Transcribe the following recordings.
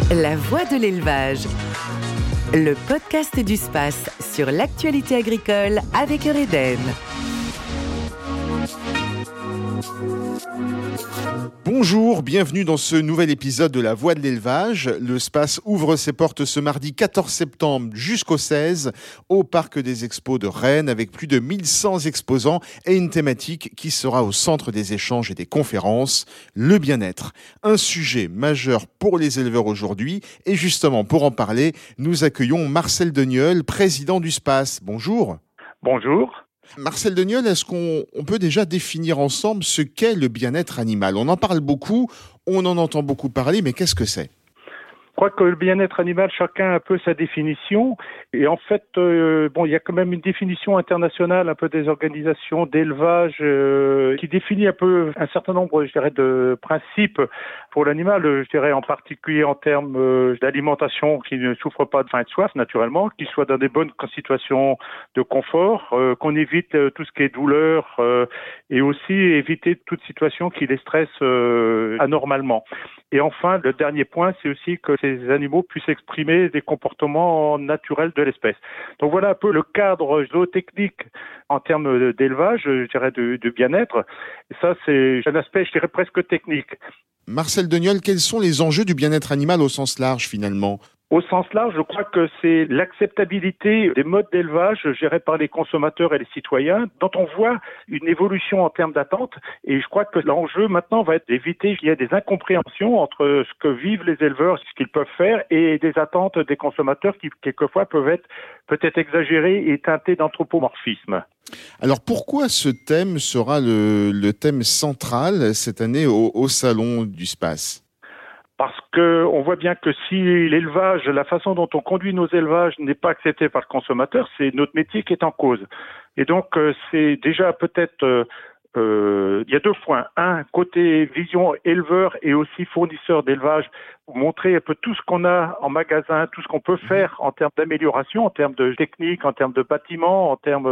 La voix de l'élevage, le podcast du SPACE sur l'actualité agricole avec Eureden. Bonjour, bienvenue dans ce nouvel épisode de La Voix de l'élevage. Le SPACE ouvre ses portes ce mardi 14 septembre jusqu'au 16 au Parc des Expos de Rennes avec plus de 1100 exposants et une thématique qui sera au centre des échanges et des conférences, le bien-être. Un sujet majeur pour les éleveurs aujourd'hui et justement pour en parler, nous accueillons Marcel Deniol, président du SPACE. Bonjour. Bonjour. Marcel Deniol, est-ce qu'on peut déjà définir ensemble ce qu'est le bien-être animal ? On en parle beaucoup, on en entend beaucoup parler, mais qu'est-ce que c'est ? Je crois que le bien-être animal, chacun a un peu sa définition. Et en fait, il y a quand même une définition internationale un peu des organisations d'élevage qui définit un peu un certain nombre, de principes pour l'animal. Je dirais en particulier en termes d'alimentation qui ne souffre pas de faim et de soif, naturellement, qui soit dans des bonnes situations de confort, qu'on évite tout ce qui est douleur et aussi éviter toute situation qui les stresse anormalement. Et enfin, le dernier point, c'est aussi que ces animaux puissent exprimer des comportements naturels de l'espèce. Donc voilà un peu le cadre zootechnique en termes d'élevage, de bien-être. Et ça, c'est un aspect, presque technique. Marcel Deniol, quels sont les enjeux du bien-être animal au sens large, finalement ? Au sens large, je crois que c'est l'acceptabilité des modes d'élevage gérés par les consommateurs et les citoyens, dont on voit une évolution en termes d'attente. Et je crois que l'enjeu maintenant va être d'éviter qu'il y ait des incompréhensions entre ce que vivent les éleveurs, ce qu'ils peuvent faire, et des attentes des consommateurs qui, quelquefois, peuvent être peut-être exagérées et teintées d'anthropomorphisme. Alors pourquoi ce thème sera le thème central cette année au Salon du SPACE ? Parce que on voit bien que si l'élevage, la façon dont on conduit nos élevages n'est pas acceptée par le consommateur, c'est notre métier qui est en cause. Et donc c'est déjà peut-être il y a deux points. Un, côté vision éleveur et aussi fournisseur d'élevage, montrer un peu tout ce qu'on a en magasin, tout ce qu'on peut faire en termes d'amélioration, en termes de technique, en termes de bâtiments,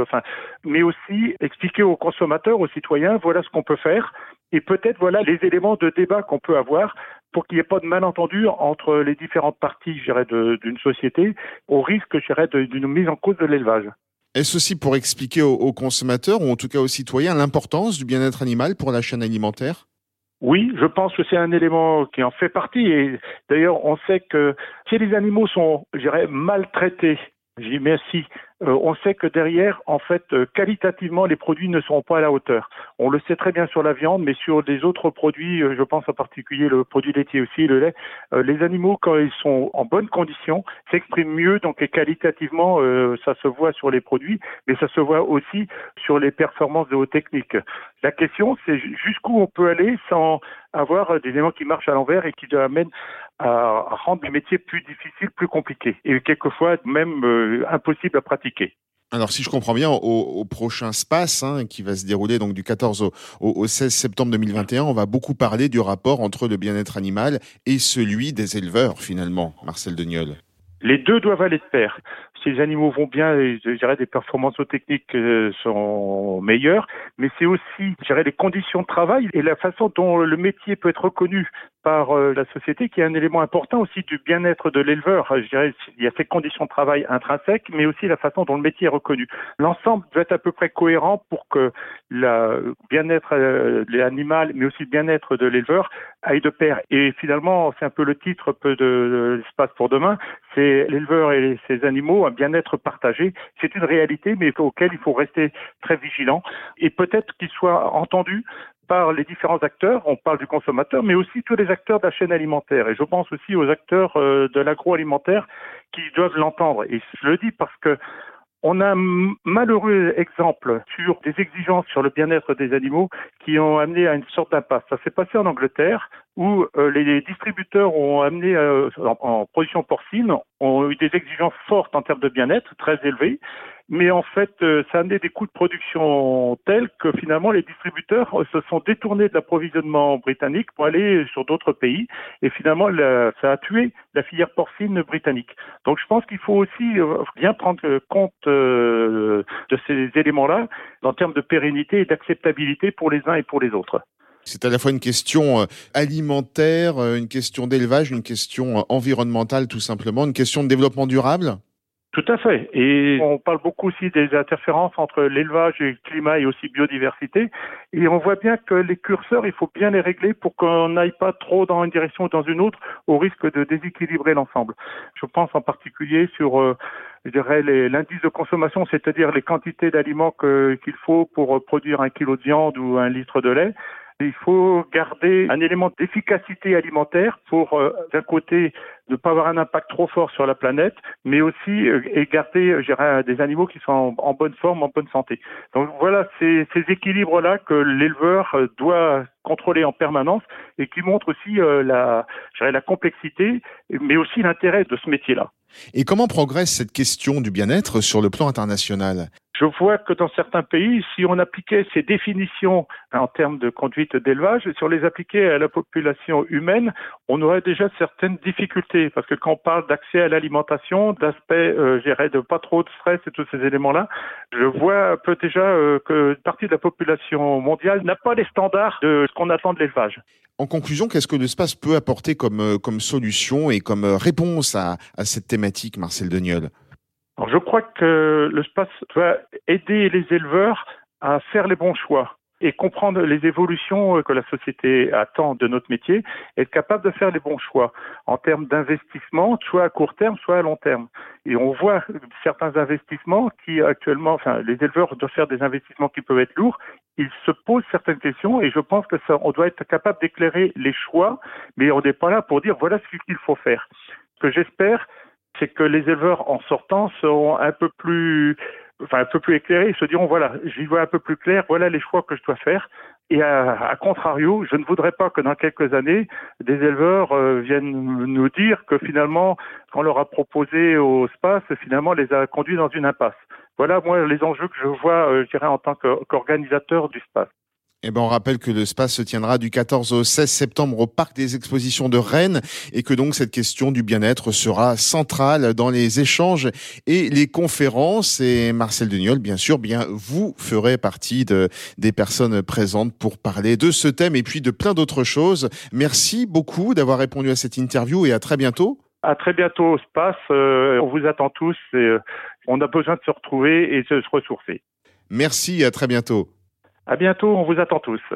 mais aussi expliquer aux consommateurs, aux citoyens, voilà ce qu'on peut faire. Et peut-être voilà les éléments de débat qu'on peut avoir pour qu'il n'y ait pas de malentendu entre les différentes parties, d'une société, au risque, d'une mise en cause de l'élevage. Est-ce aussi pour expliquer aux consommateurs, ou en tout cas aux citoyens, l'importance du bien-être animal pour la chaîne alimentaire ? Oui, je pense que c'est un élément qui en fait partie. Et d'ailleurs, on sait que si les animaux sont, maltraités, j'y merci, on sait que derrière, en fait, qualitativement, les produits ne seront pas à la hauteur. On le sait très bien sur la viande, mais sur des autres produits, je pense en particulier le produit laitier aussi, le lait, les animaux, quand ils sont en bonne condition, s'expriment mieux, donc et qualitativement, ça se voit sur les produits, mais ça se voit aussi sur les performances zootechniques. La question, c'est jusqu'où on peut aller sans avoir des éléments qui marchent à l'envers et qui amènent à rendre les métiers plus difficiles, plus compliqués, et quelquefois même impossibles à pratiquer. Alors, si je comprends bien, au prochain SPACE, qui va se dérouler donc du 14 au 16 septembre 2021, on va beaucoup parler du rapport entre le bien-être animal et celui des éleveurs, finalement, Marcel Deniol. Les deux doivent aller de pair. Si les animaux vont bien, des performances techniques sont meilleures, mais c'est aussi, les conditions de travail et la façon dont le métier peut être reconnu par la société qui est un élément important aussi du bien-être de l'éleveur. Il y a ces conditions de travail intrinsèques, mais aussi la façon dont le métier est reconnu. L'ensemble doit être à peu près cohérent pour que le bien-être de l'animal, mais aussi le bien-être de l'éleveur aille de pair. Et finalement, c'est un peu le titre de l'espace pour demain, c'est l'éleveur et ses animaux, un bien-être partagé. C'est une réalité, mais auquel il faut rester très vigilant et peut-être qu'il soit entendu par les différents acteurs, on parle du consommateur, mais aussi tous les acteurs de la chaîne alimentaire. Et je pense aussi aux acteurs de l'agroalimentaire qui doivent l'entendre. Et je le dis parce que on a un malheureux exemple sur des exigences sur le bien-être des animaux qui ont amené à une sorte d'impasse. Ça s'est passé en Angleterre où les distributeurs ont amené en production porcine, ont eu des exigences fortes en termes de bien-être, très élevées, mais en fait, ça a amené des coûts de production tels que finalement les distributeurs se sont détournés de l'approvisionnement britannique pour aller sur d'autres pays et finalement ça a tué la filière porcine britannique. Donc je pense qu'il faut aussi bien prendre compte de ces éléments-là en termes de pérennité et d'acceptabilité pour les uns et pour les autres. C'est à la fois une question alimentaire, une question d'élevage, une question environnementale tout simplement, une question de développement durable? Tout à fait. Et on parle beaucoup aussi des interférences entre l'élevage et le climat et aussi biodiversité. Et on voit bien que les curseurs, il faut bien les régler pour qu'on n'aille pas trop dans une direction ou dans une autre au risque de déséquilibrer l'ensemble. Je pense en particulier sur je dirais l'indice de consommation, c'est-à-dire les quantités d'aliments qu'il faut pour produire 1 kilo de viande ou 1 litre de lait. Il faut garder un élément d'efficacité alimentaire pour, d'un côté, ne pas avoir un impact trop fort sur la planète, mais aussi et garder, je dirais, des animaux qui sont en bonne forme, en bonne santé. Donc voilà, ces équilibres-là que l'éleveur doit contrôler en permanence et qui montrent aussi la complexité, mais aussi l'intérêt de ce métier-là. Et comment progresse cette question du bien-être sur le plan international? Je vois que dans certains pays, si on appliquait ces définitions en termes de conduite d'élevage, si on les appliquait à la population humaine, on aurait déjà certaines difficultés. Parce que quand on parle d'accès à l'alimentation, d'aspect, de pas trop de stress et tous ces éléments-là, je vois un peu déjà que une partie de la population mondiale n'a pas les standards de ce qu'on attend de l'élevage. En conclusion, qu'est-ce que le SPAS peut apporter comme solution et comme réponse à cette thématique, Marcel Deniol? Alors, je crois que le SPAS doit aider les éleveurs à faire les bons choix et comprendre les évolutions que la société attend de notre métier, être capable de faire les bons choix en termes d'investissement, soit à court terme, soit à long terme. Et on voit certains investissements qui actuellement, les éleveurs doivent faire des investissements qui peuvent être lourds. Ils se posent certaines questions et je pense que on doit être capable d'éclairer les choix, mais on n'est pas là pour dire voilà ce qu'il faut faire. Ce que j'espère, c'est que les éleveurs en sortant seront un peu plus éclairés, ils se diront voilà, j'y vois un peu plus clair, voilà les choix que je dois faire. Et à contrario, je ne voudrais pas que dans quelques années, des éleveurs viennent nous dire que finalement, ce qu'on leur a proposé au SPAS, finalement les a conduits dans une impasse. Voilà moi les enjeux que je vois, en tant qu'organisateur du SPAS. On rappelle que le SPAS se tiendra du 14 au 16 septembre au Parc des Expositions de Rennes et que donc cette question du bien-être sera centrale dans les échanges et les conférences. Et Marcel Deniol, bien sûr, vous ferez partie des personnes présentes pour parler de ce thème et puis de plein d'autres choses. Merci beaucoup d'avoir répondu à cette interview et à très bientôt. À très bientôt au SPAS. On vous attend tous et on a besoin de se retrouver et de se ressourcer. Merci, à très bientôt. À bientôt, on vous attend tous.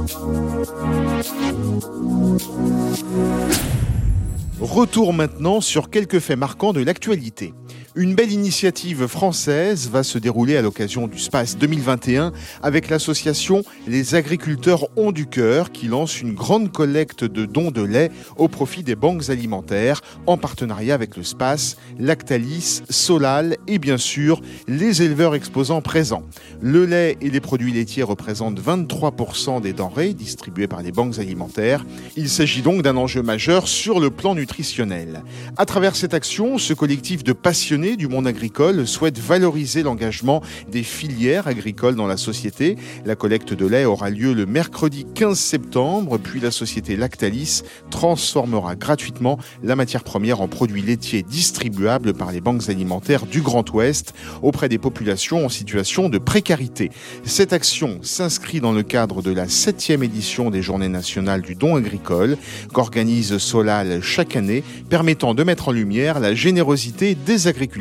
Retour maintenant sur quelques faits marquants de l'actualité. Une belle initiative française va se dérouler à l'occasion du SPAS 2021 avec l'association Les Agriculteurs ont du cœur qui lance une grande collecte de dons de lait au profit des banques alimentaires en partenariat avec le SPAS, Lactalis, Solal et bien sûr les éleveurs exposants présents. Le lait et les produits laitiers représentent 23% des denrées distribuées par les banques alimentaires. Il s'agit donc d'un enjeu majeur sur le plan nutritionnel. À travers cette action, ce collectif de passionnés du monde agricole souhaite valoriser l'engagement des filières agricoles dans la société. La collecte de lait aura lieu le mercredi 15 septembre, puis la société Lactalis transformera gratuitement la matière première en produits laitiers distribuables par les banques alimentaires du Grand Ouest auprès des populations en situation de précarité. Cette action s'inscrit dans le cadre de la 7e édition des Journées nationales du don agricole qu'organise Solal chaque année, permettant de mettre en lumière la générosité des agriculteurs.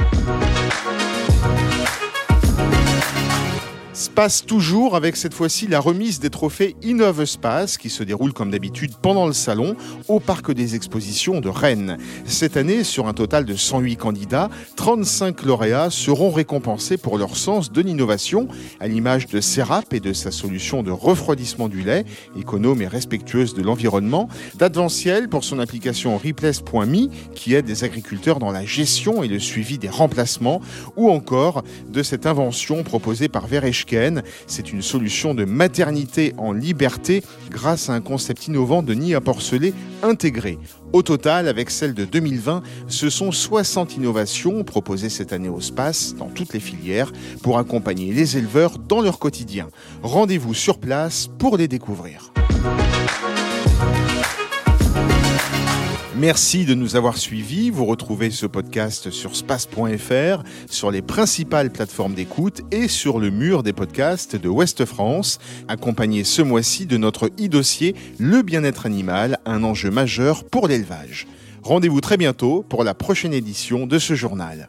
SPAS toujours avec cette fois-ci la remise des trophées Innove SPAS qui se déroule comme d'habitude pendant le salon au Parc des Expositions de Rennes. Cette année, sur un total de 108 candidats, 35 lauréats seront récompensés pour leur sens de l'innovation, à l'image de Serap et de sa solution de refroidissement du lait, économe et respectueuse de l'environnement, d'Adventiel pour son application Replace.me qui aide les agriculteurs dans la gestion et le suivi des remplacements, ou encore de cette invention proposée par Vereshken. C'est une solution de maternité en liberté grâce à un concept innovant de nid à porcelet intégré. Au total, avec celle de 2020, ce sont 60 innovations proposées cette année au SPAS dans toutes les filières pour accompagner les éleveurs dans leur quotidien. Rendez-vous sur place pour les découvrir. Merci de nous avoir suivis. Vous retrouvez ce podcast sur space.fr, sur les principales plateformes d'écoute et sur le mur des podcasts de Ouest France, accompagné ce mois-ci de notre e-dossier Le bien-être animal, un enjeu majeur pour l'élevage. Rendez-vous très bientôt pour la prochaine édition de ce journal.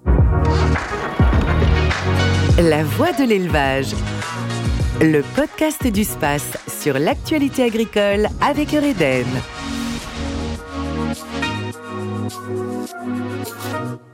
La voix de l'élevage, le podcast du SPACE sur l'actualité agricole avec Eureden.